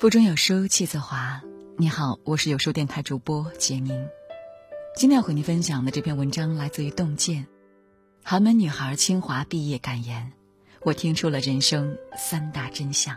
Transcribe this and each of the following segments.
腹中有书气自华。你好，我是有书电台主播杰明。今天要和你分享的这篇文章来自于洞见。寒门女孩清华毕业感言，我听出了人生3大真相。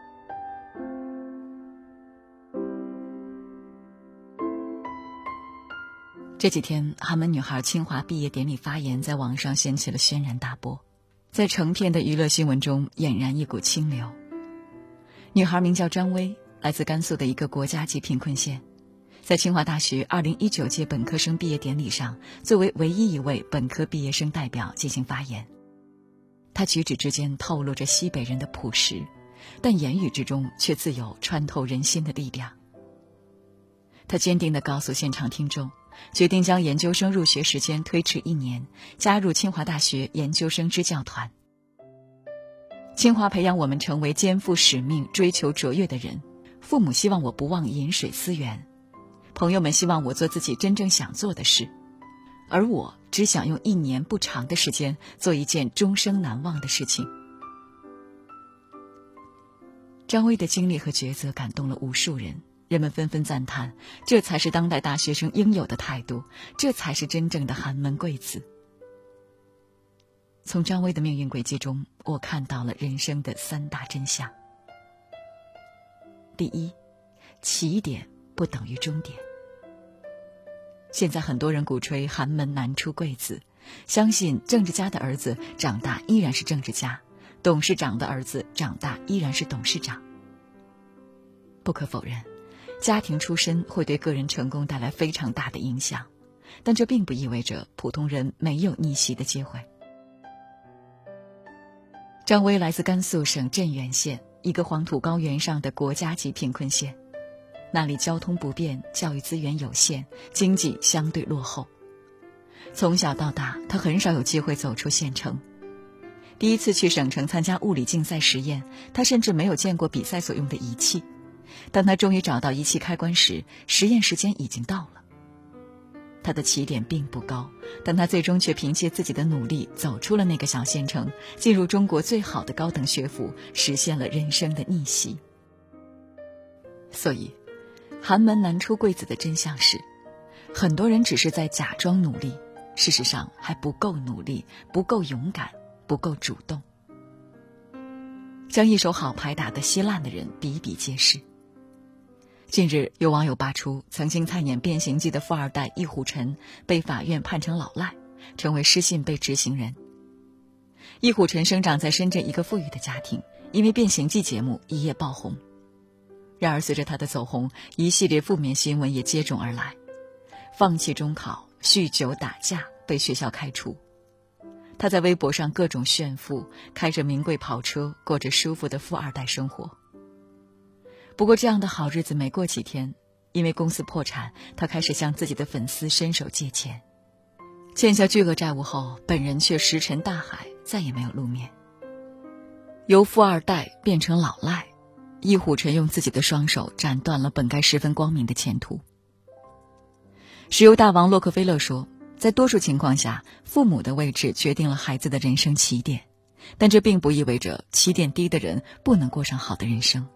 这几天，寒门女孩清华毕业典礼发言在网上掀起了轩然大波，在成片的娱乐新闻中俨然一股清流。女孩名叫张薇，来自甘肃的一个国家级贫困县，在清华大学2019届本科生毕业典礼上，作为唯一一位本科毕业生代表进行发言。她举止之间透露着西北人的朴实，但言语之中却自有穿透人心的力量。她坚定地告诉现场听众，决定将研究生入学时间推迟1年，加入清华大学研究生支教团。清华培养我们成为肩负使命、追求卓越的人，父母希望我不忘饮水思源，朋友们希望我做自己真正想做的事，而我只想用1年不长的时间做一件终生难忘的事情。张薇的经历和抉择感动了无数人，人们纷纷赞叹，这才是当代大学生应有的态度，这才是真正的寒门贵子。从张薇的命运轨迹中，我看到了人生的3大真相。第一，起点不等于终点。现在很多人鼓吹寒门难出贵子，相信政治家的儿子长大依然是政治家，董事长的儿子长大依然是董事长。不可否认，家庭出身会对个人成功带来非常大的影响，但这并不意味着普通人没有逆袭的机会。张薇来自甘肃省镇远县，一个黄土高原上的国家级贫困县，那里交通不便，教育资源有限，经济相对落后。从小到大，他很少有机会走出县城。第一次去省城参加物理竞赛实验，他甚至没有见过比赛所用的仪器。当他终于找到仪器开关时，实验时间已经到了。他的起点并不高，但他最终却凭借自己的努力走出了那个小县城，进入中国最好的高等学府，实现了人生的逆袭。所以，寒门难出贵子的真相是，很多人只是在假装努力，事实上还不够努力，不够勇敢，不够主动。将一手好牌打得稀烂的人比比皆是。近日，有网友扒出曾经参演《变形记》的富二代易虎晨被法院判成老赖，成为失信被执行人。易虎晨生长在深圳一个富裕的家庭，因为《变形记》节目一夜爆红。然而随着他的走红，一系列负面新闻也接踵而来：放弃中考、酗酒打架、被学校开除。他在微博上各种炫富，开着名贵跑车，过着舒服的富二代生活。不过这样的好日子没过几天，因为公司破产，他开始向自己的粉丝伸手借钱。欠下巨额债务后，本人却石沉大海，再也没有露面。由富二代变成老赖，易虎晨用自己的双手斩断了本该十分光明的前途。石油大王洛克菲勒说，在多数情况下，父母的位置决定了孩子的人生起点，但这并不意味着起点低的人不能过上好的人生。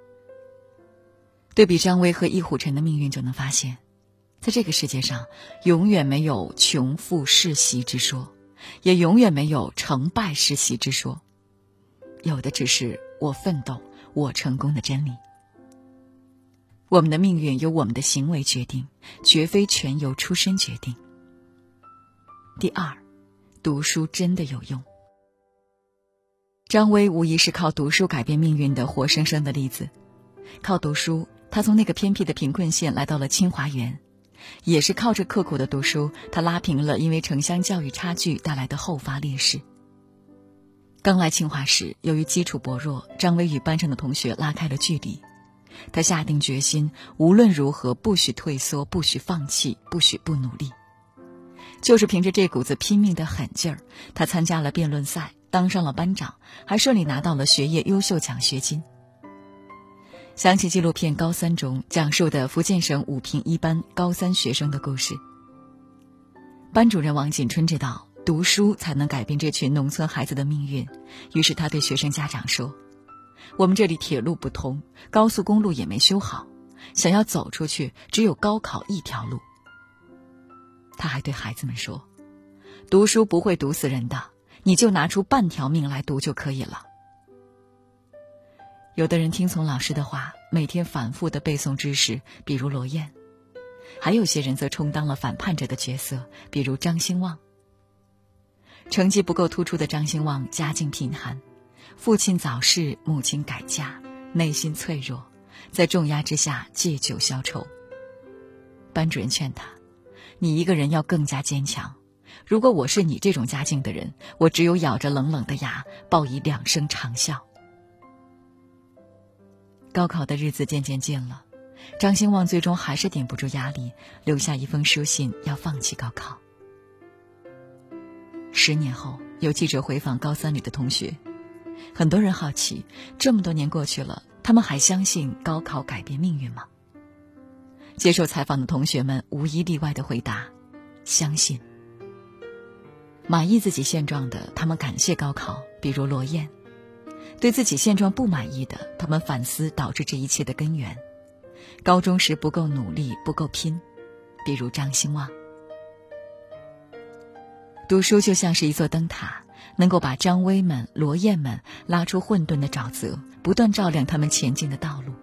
对比张薇和易虎晨的命运，就能发现，在这个世界上，永远没有穷富世袭之说，也永远没有成败世袭之说，有的只是我奋斗，我成功的真理。我们的命运由我们的行为决定，绝非全由出身决定。第二，读书真的有用。张薇无疑是靠读书改变命运的活生生的例子。靠读书，他从那个偏僻的贫困县来到了清华园，也是靠着刻苦的读书，他拉平了因为城乡教育差距带来的后发劣势。刚来清华时，由于基础薄弱，张薇与班上的同学拉开了距离。他下定决心，无论如何不许退缩，不许放弃，不许不努力。就是凭着这股子拼命的狠劲儿，他参加了辩论赛，当上了班长，还顺利拿到了学业优秀奖学金。想起纪录片《高三》中讲述的福建省武平一班高3学生的故事，班主任王锦春知道读书才能改变这群农村孩子的命运，于是他对学生家长说， 我们这里铁路不通，高速公路也没修好，想要走出去，只有高考一条路。他还对孩子们说，读书不会毒死人的，你就拿出半条命来读就可以了。有的人听从老师的话，每天反复地背诵知识，比如罗燕；还有些人则充当了反叛者的角色，比如张兴旺。成绩不够突出的张兴旺家境贫寒，父亲早逝，母亲改嫁，内心脆弱，在重压之下借酒消愁。班主任劝他，你一个人要更加坚强，如果我是你这种家境的人，我只有咬着冷冷的牙，报以2声长啸。高考的日子渐渐近了，张兴旺最终还是顶不住压力，留下一封书信要放弃高考。10年后，有记者回访高3里的同学，很多人好奇，这么多年过去了，他们还相信高考改变命运吗？接受采访的同学们无一例外地回答，相信。满意自己现状的，他们感谢高考，比如罗燕；对自己现状不满意的，他们反思导致这一切的根源。高中时不够努力，不够拼，比如张兴旺。读书就像是一座灯塔，能够把张薇们、罗燕们拉出混沌的沼泽，不断照亮他们前进的道路。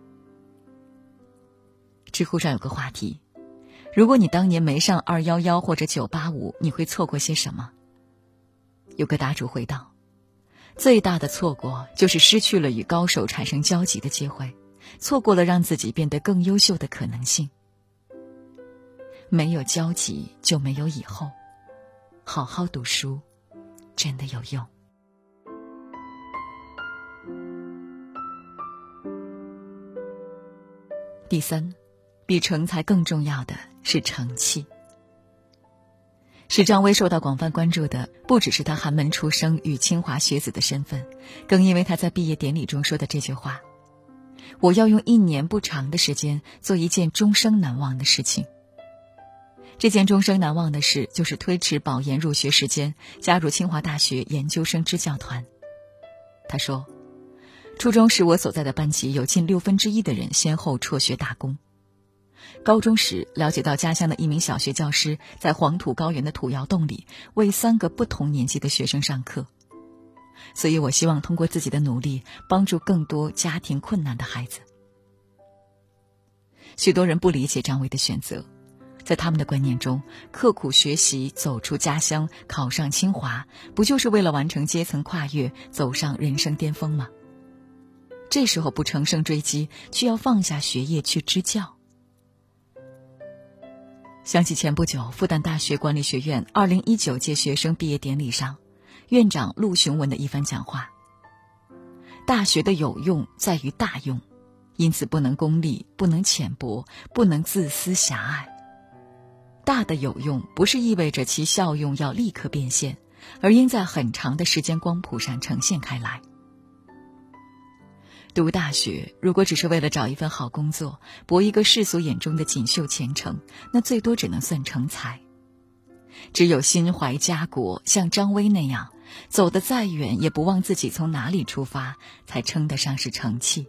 知乎上有个话题，如果你当年没上211或者985，你会错过些什么？有个答主回道，最大的错过就是失去了与高手产生交集的机会，错过了让自己变得更优秀的可能性。没有交集就没有以后，好好读书真的有用。第3，比成才更重要的是成器。使张薇受到广泛关注的，不只是她寒门出生与清华学子的身份，更因为她在毕业典礼中说的这句话：我要用1年不长的时间做一件终生难忘的事情。这件终生难忘的事，就是推迟保研入学时间，加入清华大学研究生支教团。他说，初中时我所在的班级有近1/6的人先后辍学打工。高中时了解到家乡的一名小学教师在黄土高原的土窑洞里为3个不同年纪的学生上课，所以我希望通过自己的努力帮助更多家庭困难的孩子。许多人不理解张薇的选择，在他们的观念中，刻苦学习，走出家乡，考上清华，不就是为了完成阶层跨越，走上人生巅峰吗？这时候不乘胜追击，却要放下学业去支教。想起前不久复旦大学管理学院2019届学生毕业典礼上，院长陆雄文的一番讲话：大学的有用在于大用，因此不能功利，不能浅薄，不能自私狭隘。大的有用不是意味着其效用要立刻变现，而应在很长的时间光谱上呈现开来。读大学如果只是为了找一份好工作，博一个世俗眼中的锦绣前程，那最多只能算成才。只有心怀家国，像张薇那样走得再远也不忘自己从哪里出发，才称得上是成器。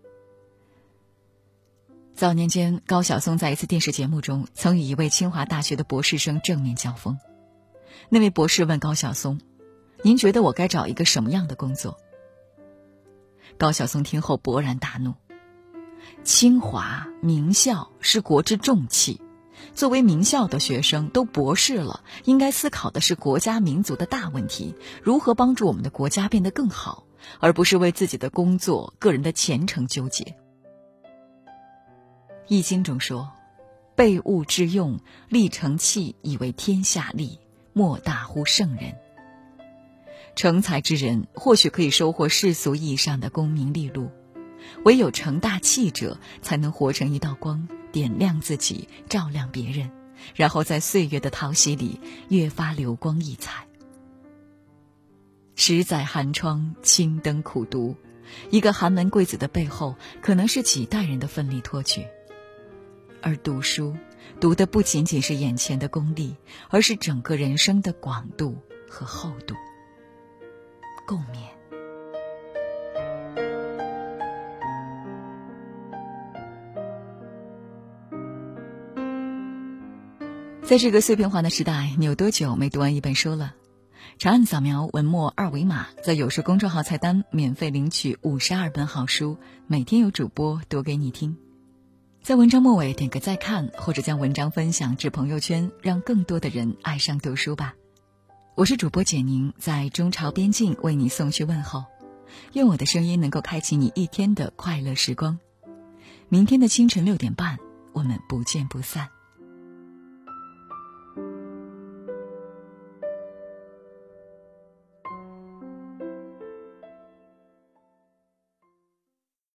早年间，高晓松在一次电视节目中曾与一位清华大学的博士生正面交锋。那位博士问高晓松，您觉得我该找一个什么样的工作？高晓松听后勃然大怒，清华名校是国之重器，作为名校的学生都博士了，应该思考的是国家民族的大问题，如何帮助我们的国家变得更好，而不是为自己的工作、个人的前程纠结。易经中说，备物之用，立成器以为天下利，莫大乎圣人。成才之人或许可以收获世俗意义上的功名利禄，唯有成大器者才能活成一道光，点亮自己，照亮别人，然后在岁月的淘洗里越发流光溢彩。10载寒窗，青灯苦读，一个寒门贵子的背后，可能是几代人的奋力托举。而读书，读的不仅仅是眼前的功利，而是整个人生的广度和厚度。共勉。 在这个碎片化的时代，你有多久没读完一本书了？长按扫描文末二维码，在有书公众号菜单免费领取52本好书，每天有主播读给你听。在文章末尾点个再看，或者将文章分享至朋友圈，让更多的人爱上读书吧。我是主播简宁，在中朝边境为你送去问候，愿我的声音能够开启你一天的快乐时光。明天的清晨6点半，我们不见不散。